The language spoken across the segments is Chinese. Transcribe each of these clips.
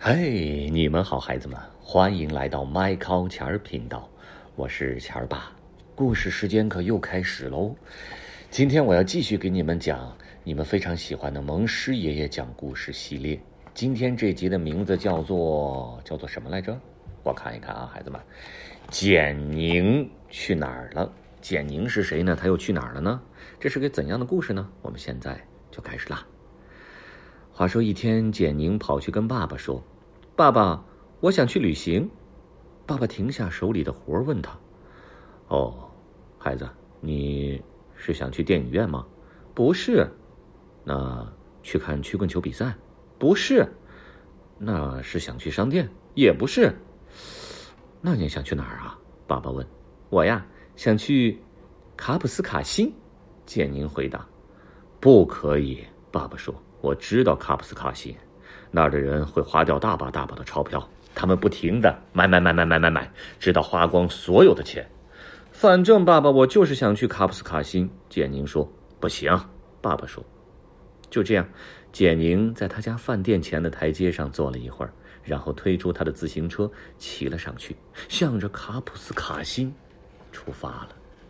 嘿，你们好，孩子们，欢迎来到麦考钱儿频道，我是钱儿爸。故事时间可又开始喽！今天我要继续给你们讲你们非常喜欢的蒙师爷爷讲故事系列。今天这集的名字叫做什么来着？我看一看啊，孩子们，简宁去哪儿了？简宁是谁呢？他又去哪儿了呢？这是个怎样的故事呢？我们现在就开始啦。话说一天，简宁跑去跟爸爸说：“爸爸，我想去旅行。”爸爸停下手里的活问他：“哦，孩子，你是想去电影院吗？”“不是。”“那去看曲棍球比赛？”“不是。”“那是想去商店？”“也不是。”“那你想去哪儿啊？”爸爸问。“我呀，想去卡普斯卡星。”简宁回答。“不可以。”爸爸说，“我知道卡普斯卡星，那儿的人会花掉大把大把的钞票，他们不停的买，直到花光所有的钱。”“反正爸爸，我就是想去卡普斯卡星。”简宁说。“不行。”爸爸说。就这样，简宁在他家饭店前的台阶上坐了一会儿，然后推出他的自行车骑了上去，向着卡普斯卡星出发了。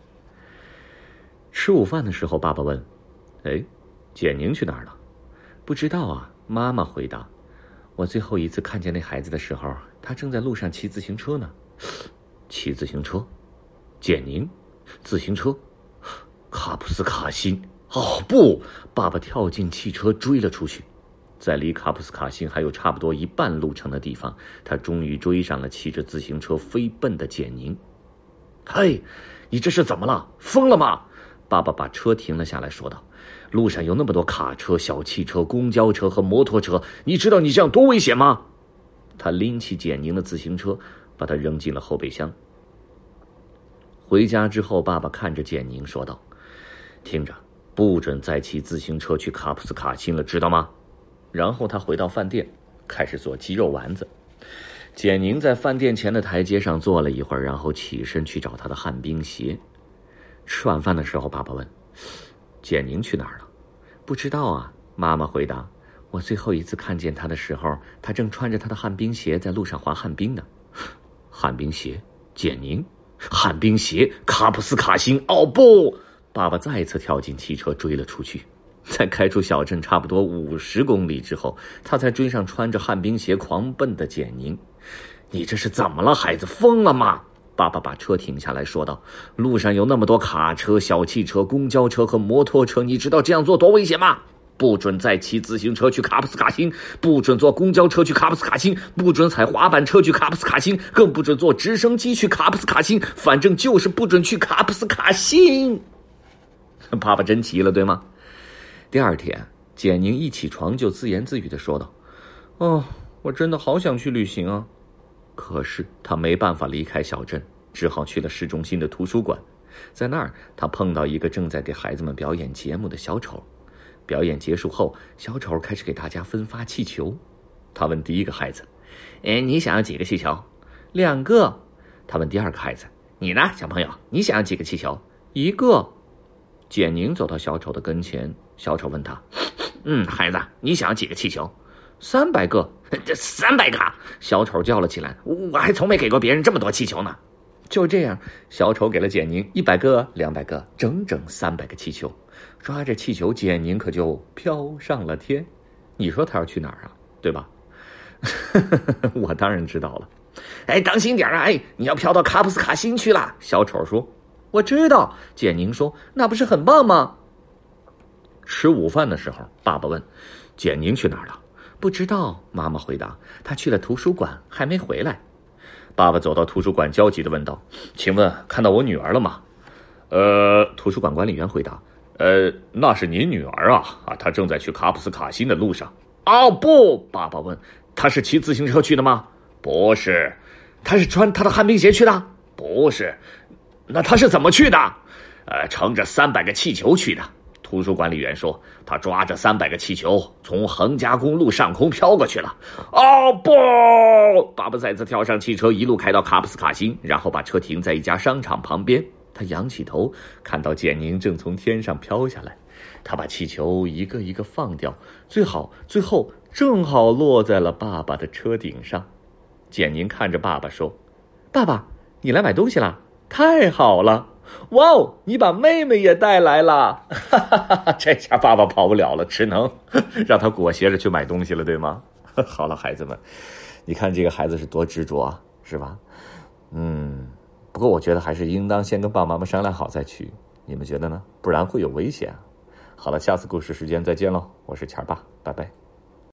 吃午饭的时候，爸爸问：“哎，简宁去哪儿了？”“不知道啊。”妈妈回答。“我最后一次看见那孩子的时候，他正在路上骑自行车呢。”“骑自行车？简宁？自行车？卡普斯卡星？哦不！”爸爸跳进汽车追了出去。在离卡普斯卡星还有差不多一半路程的地方，他终于追上了骑着自行车飞奔的简宁。“嘿，你这是怎么了？疯了吗？”爸爸把车停了下来，说道：“路上有那么多卡车、小汽车、公交车和摩托车，你知道你这样多危险吗？”他拎起简宁的自行车，把它扔进了后备箱。回家之后，爸爸看着简宁说道：“听着，不准再骑自行车去卡普斯卡星了，知道吗？”然后他回到饭店，开始做鸡肉丸子。简宁在饭店前的台阶上坐了一会儿，然后起身去找他的旱冰鞋。吃晚饭的时候，爸爸问：“简宁去哪儿了？”“不知道啊。”妈妈回答。“我最后一次看见他的时候，他正穿着他的旱冰鞋在路上滑旱冰呢。”“旱冰鞋？简宁？旱冰鞋？卡普斯卡星？哦不！”爸爸再次跳进汽车追了出去。在开出小镇差不多50公里之后，他才追上穿着旱冰鞋狂奔的简宁。“你这是怎么了，孩子？疯了吗？”爸爸把车停下来说道：“路上有那么多卡车、小汽车、公交车和摩托车，你知道这样做多危险吗？不准再骑自行车去卡普斯卡星，不准坐公交车去卡普斯卡星，不准踩滑板车去卡普斯卡星，更不准坐直升机去卡普斯卡星，反正就是不准去卡普斯卡星。”爸爸真急了，对吗？第二天，简宁一起床就自言自语地说道：“哦，我真的好想去旅行啊。”可是他没办法离开小镇，只好去了市中心的图书馆。在那儿，他碰到一个正在给孩子们表演节目的小丑。表演结束后，小丑开始给大家分发气球。他问第一个孩子：“你想要几个气球？”“2个。”他问第二个孩子：“你呢，小朋友？你想要几个气球？”“1个。”简宁走到小丑的跟前，小丑问他：“孩子，你想要几个气球？”“300个。”“这300个！”小丑叫了起来，“我还从没给过别人这么多气球呢。”就这样，小丑给了简宁100个、200个，整整300个气球。抓着气球，简宁可就飘上了天。你说他要去哪儿啊？对吧？我当然知道了。“当心点啊！你要飘到卡普斯卡星去了。”小丑说。“我知道。”简宁说，“那不是很棒吗？”吃午饭的时候，爸爸问：“简宁去哪儿了？”“不知道。”妈妈回答，“他去了图书馆，还没回来。”爸爸走到图书馆，焦急地问道：“请问看到我女儿了吗？”图书馆管理员回答：“那是您女儿啊，她正在去卡普斯卡星的路上。”“哦不！”爸爸问，“她是骑自行车去的吗？”“不是。”“她是穿她的旱冰鞋去的？”“不是。”“那她是怎么去的？”“乘着300个气球去的。”图书管理员说，他抓着300个气球从横加公路上空飘过去了。“哦不！”爸爸再次跳上汽车，一路开到卡普斯卡星，然后把车停在一家商场旁边。他仰起头，看到简宁正从天上飘下来。他把气球一个一个放掉，最后正好落在了爸爸的车顶上。简宁看着爸爸说：“爸爸，你来买东西啦？太好了！哇哦，你把妹妹也带来了！”哈哈哈，这下爸爸跑不了了，只能让他裹挟着去买东西了，对吗？好了，孩子们，你看这个孩子是多执着啊，是吧？不过我觉得还是应当先跟爸爸妈妈商量好再去，你们觉得呢？不然会有危险啊。好了，下次故事时间再见喽，我是钱儿爸，拜拜。